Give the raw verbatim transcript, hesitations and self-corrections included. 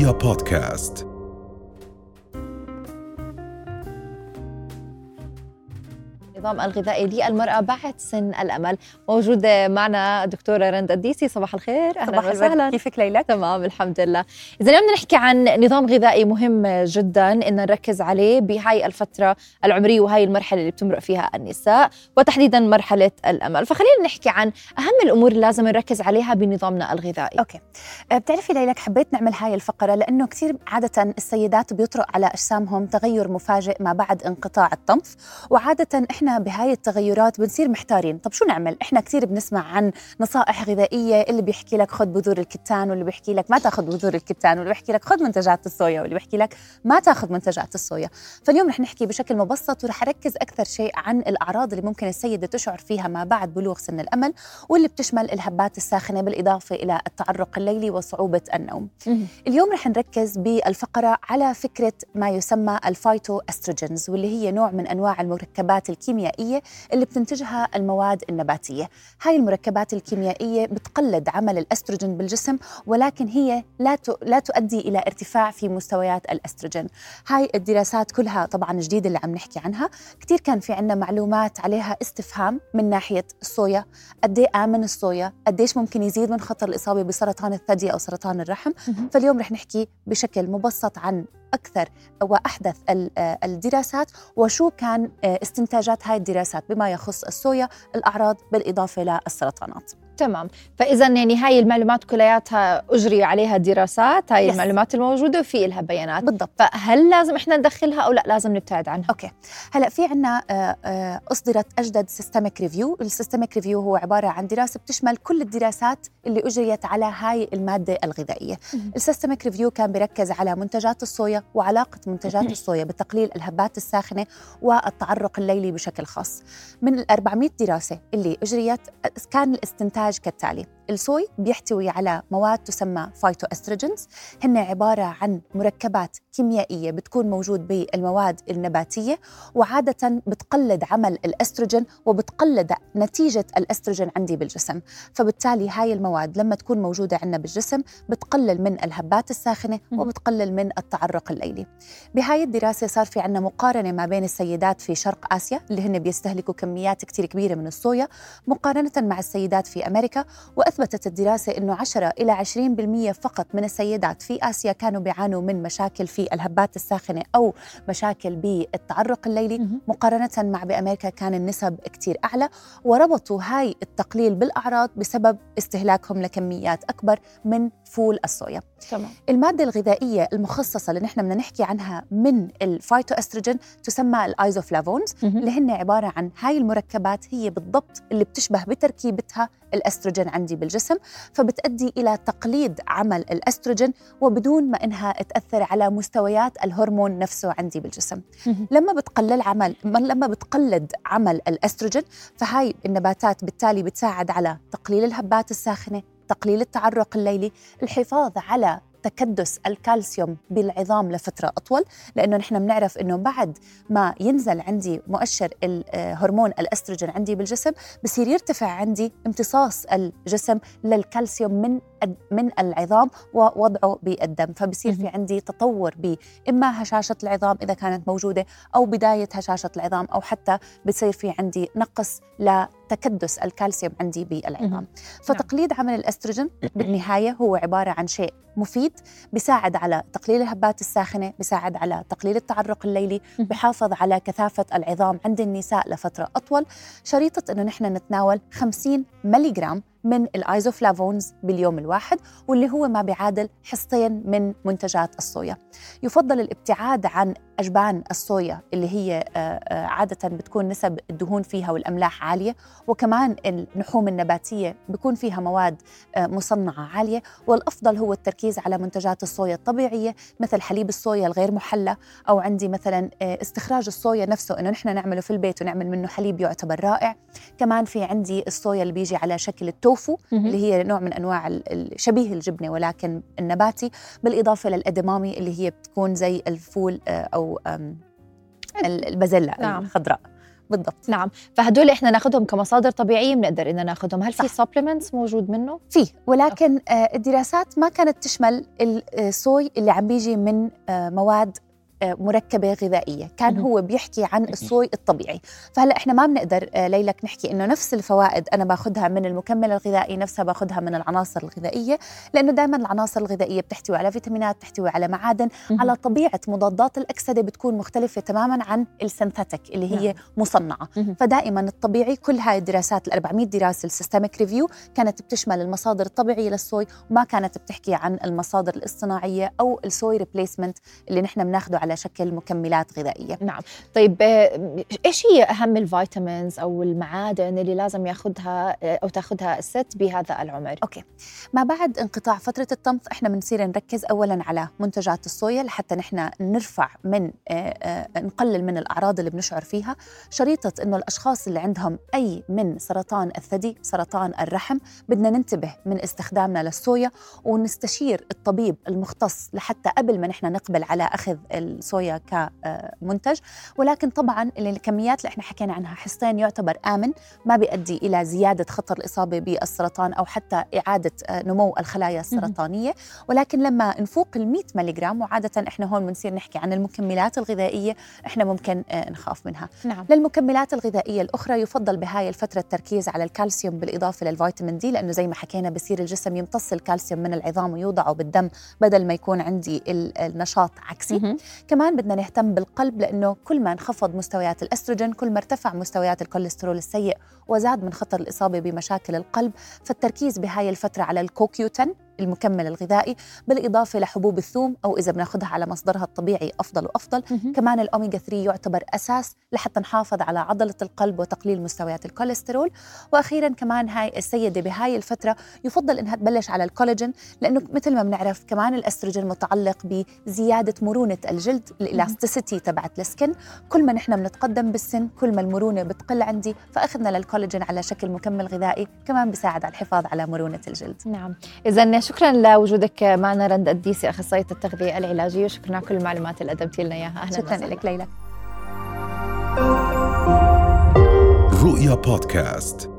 رؤيا بودكاست. النظام الغذائي للمرأة بعد سن الأمل. موجودة معنا دكتورة رند الديسي. صباح الخير. أهلا وسهلا. كيفك ليلى؟ تمام الحمد لله. إذا اليوم بدنا نحكي عن نظام غذائي مهم جدا إن نركز عليه بهاي الفترة العمرية وهاي المرحلة اللي بتمرق فيها النساء، وتحديدا مرحلة الأمل. فخلينا نحكي عن أهم الأمور اللي لازم نركز عليها بنظامنا الغذائي. أوكي. بتعرفي ليلى، حبيت نعمل هاي الفقرة لأنه كثير عادة السيدات بيطرق على أجسامهم تغير مفاجئ ما بعد انقطاع الطمث، وعادة إحنا بهاي التغيرات بنصير محتارين. طب شو نعمل؟ إحنا كثير بنسمع عن نصائح غذائية، اللي بيحكي لك خذ بذور الكتان، واللي بيحكي لك ما تاخذ بذور الكتان، واللي بيحكي لك خذ منتجات الصويا، واللي بيحكي لك ما تاخذ منتجات الصويا. فاليوم رح نحكي بشكل مبسط، ورح أركز أكثر شيء عن الأعراض اللي ممكن السيدة تشعر فيها ما بعد بلوغ سن الأمل، واللي بتشمل الهبات الساخنة بالإضافة إلى التعرق الليلي وصعوبة النوم. اليوم رح نركز بالفقرة على فكرة ما يسمى الفايتو أستروجينز، واللي هي نوع من أنواع المركبات الكيميائية اللي بتنتجها المواد النباتية. هاي المركبات الكيميائية بتقلد عمل الأستروجين بالجسم، ولكن هي لا لا تؤدي إلى ارتفاع في مستويات الأستروجين. هاي الدراسات كلها طبعا جديدة اللي عم نحكي عنها. كتير كان في عنا معلومات عليها استفهام من ناحية الصويا، قد ايه آمن الصويا، قديش ممكن يزيد من خطر الإصابة بسرطان الثدي أو سرطان الرحم. فاليوم رح نحكي بشكل مبسط عن أكثر وأحدث الدراسات، وشو كان استنتاجات هاي الدراسات بما يخص الصويا، الأعراض بالإضافة للسرطانات. تمام. فإذا يعني هاي المعلومات كلياتها أجري عليها دراسات، هاي يس. المعلومات الموجودة وفي إلها بيانات بالضبط. فهل لازم إحنا ندخلها أو لا لازم نبتعد عنها؟ أوكي. هلأ في عنا أصدرت أجدد سيستميك ريفيو. السيستميك ريفيو هو عبارة عن دراسة بتشمل كل الدراسات اللي أجريت على هاي المادة الغذائية. السيستميك ريفيو كان بركز على منتجات الصويا وعلاقة منتجات الصويا بتقليل الهبات الساخنة والتعرق الليلي بشكل خاص. من الأربعمائة دراسة اللي أجريت كان الاستنتاج كالتالي: الصوي بيحتوي على مواد تسمى فايتو أستروجينز، هن عبارة عن مركبات كيميائية بتكون موجود بالمواد النباتية، وعادة بتقلد عمل الأستروجين وبتقلد نتيجة الأستروجين عندي بالجسم. فبالتالي هاي المواد لما تكون موجودة عندنا بالجسم بتقلل من الهبات الساخنة وبتقلل من التعرق الليلي. بهاي الدراسة صار في عنا مقارنة ما بين السيدات في شرق آسيا اللي هن بيستهلكوا كميات كتير كبيرة من الصويا مقارنة مع السيدات في أمريكا، وأثبتت الدراسة إنه عشرة إلى عشرين بالمئة فقط من السيدات في آسيا كانوا بيعانوا من مشاكل في الهبات الساخنة أو مشاكل بالتعرق الليلي، مقارنة مع بأمريكا كان النسب كتير أعلى. وربطوا هاي التقليل بالأعراض بسبب استهلاكهم لكميات أكبر من فول الصويا. تمام. المادة الغذائية المخصصة اللي نحن بدنا نحكي عنها من الفايتو أستروجين تسمى الآيزوفلافونز، اللي هن عبارة عن هاي المركبات هي بالضبط اللي بتشبه بتركيبتها الأستروجين عندي بالجسم، فبتؤدي إلى تقليد عمل الأستروجين وبدون ما إنها تأثر على مستويات الهرمون نفسه عندي بالجسم. لما بتقلل عمل لما بتقلد عمل الأستروجين، فهاي النباتات بالتالي بتساعد على تقليل الهبات الساخنة، تقليل التعرق الليلي، الحفاظ على تكدس الكالسيوم بالعظام لفترة أطول، لأنه نحن بنعرف أنه بعد ما ينزل عندي مؤشر الهرمون الأستروجين عندي بالجسم بصير يرتفع عندي امتصاص الجسم للكالسيوم من من العظام ووضعه بالدم، فبصير في عندي تطور بإما هشاشة العظام إذا كانت موجودة أو بداية هشاشة العظام، أو حتى بصير في عندي نقص لتكدس الكالسيوم عندي بالعظام. فتقليد عمل الأستروجين بالنهاية هو عبارة عن شيء مفيد، بيساعد على تقليل الهبات الساخنة، بيساعد على تقليل التعرق الليلي، بيحافظ على كثافة العظام عند النساء لفترة أطول. شريطة إنه نحن نتناول خمسين ملي جرام من الآيزوفلافونز باليوم الواحد، واللي هو ما بيعادل حصتين من منتجات الصويا. يفضل الابتعاد عن أجبان الصويا اللي هي عادة بتكون نسب الدهون فيها والأملاح عالية، وكمان اللحوم النباتية بيكون فيها مواد مصنعة عالية. والأفضل هو التركيز على منتجات الصويا الطبيعية مثل حليب الصويا الغير محلى، أو عندي مثلا استخراج الصويا نفسه إنه نحن نعمله في البيت ونعمل منه حليب يعتبر رائع. كمان في عندي الصويا اللي بيجي على شكل التوفو اللي هي نوع من أنواع شبيه الجبنة ولكن النباتي، بالإضافة للأدمامي اللي هي بتكون زي الفول أو البازيلا. نعم. الخضراء. بالضبط. نعم. فهدول إحنا ناخدهم كمصادر طبيعية بنقدر إننا ناخدهم. هل في supplements موجود منه؟ فيه، ولكن آه الدراسات ما كانت تشمل الصوي اللي عم بيجي من آه مواد مركبة غذائية، كان هو بيحكي عن الصوي الطبيعي. فهلأ إحنا ما بنقدر ليلك نحكي إنه نفس الفوائد أنا باخدها من المكمل الغذائي نفسها باخدها من العناصر الغذائية، لأنه دائما العناصر الغذائية بتحتوي على فيتامينات، بتحتوي على معادن، على طبيعة مضادات الأكسدة بتكون مختلفة تماما عن السينثيتك اللي هي مصنعة. فدائما الطبيعي، كل هاي الدراسات الأربعمية دراسة السيستميك ريفيو كانت بتشمل المصادر الطبيعية للصوي، وما كانت بتحكي عن المصادر الاصطناعية أو الصوي ريبليسمنت اللي نحن بناخده على شكل مكملات غذائية. نعم. طيب إيش هي أهم الفيتامينز أو المعادن اللي لازم ياخدها أو تاخدها الست بهذا العمر؟ أوكي، ما بعد انقطاع فترة الطمث إحنا بنصير نركز أولاً على منتجات الصويا لحتى نحن نرفع من آآ آآ نقلل من الأعراض اللي بنشعر فيها. شريطة إنه الأشخاص اللي عندهم أي من سرطان الثدي، سرطان الرحم، بدنا ننتبه من استخدامنا للصويا ونستشير الطبيب المختص لحتى قبل ما نحن نقبل على أخذ الصويا كمنتج. ولكن طبعاً الكميات اللي احنا حكينا عنها حصتين يعتبر آمن، ما بيؤدي إلى زيادة خطر الإصابة بالسرطان أو حتى إعادة نمو الخلايا السرطانية. ولكن لما نفوق المئة ملغرام، وعادة احنا هون بنصير نحكي عن المكملات الغذائية، احنا ممكن نخاف منها. نعم. للمكملات الغذائية الأخرى يفضل بهاي الفترة التركيز على الكالسيوم بالإضافة للفيتامين دي، لأنه زي ما حكينا بصير الجسم يمتص الكالسيوم من العظام ويوضعه بالدم بدل ما يكون عندي النشاط عكسي. كمان بدنا نهتم بالقلب، لأنه كل ما انخفض مستويات الأستروجين كل ما ارتفع مستويات الكوليسترول السيء وزاد من خطر الإصابة بمشاكل القلب. فالتركيز بهاي الفترة على الكوكيوتن المكمل الغذائي بالإضافة لحبوب الثوم، أو إذا بناخدها على مصدرها الطبيعي أفضل وأفضل. كمان الأوميغا ثلاثة يعتبر أساس لحتى نحافظ على عضلة القلب وتقليل مستويات الكوليسترول. وأخيراً كمان هاي السيدة بهاي الفترة يفضل إنها تبلش على الكولاجين، لأنه مثل ما بنعرف كمان الأستروجين متعلق بزيادة مرونة الجلد، الإلاستيسيتي تبعت السكن. كل ما نحن بنتقدم بالسن كل ما المرونة بتقل عندي، فأخذنا للكولاجين على شكل مكمل غذائي كمان بيساعد على الحفاظ على مرونة الجلد. نعم. إذن شكراً لوجودك معنا رند الديسي، أخصائية التغذية العلاجية، وشكرا على كل المعلومات اللي قدمتي لنا إياها. أهلا شكرا لك ليلى. رؤيا بودكاست.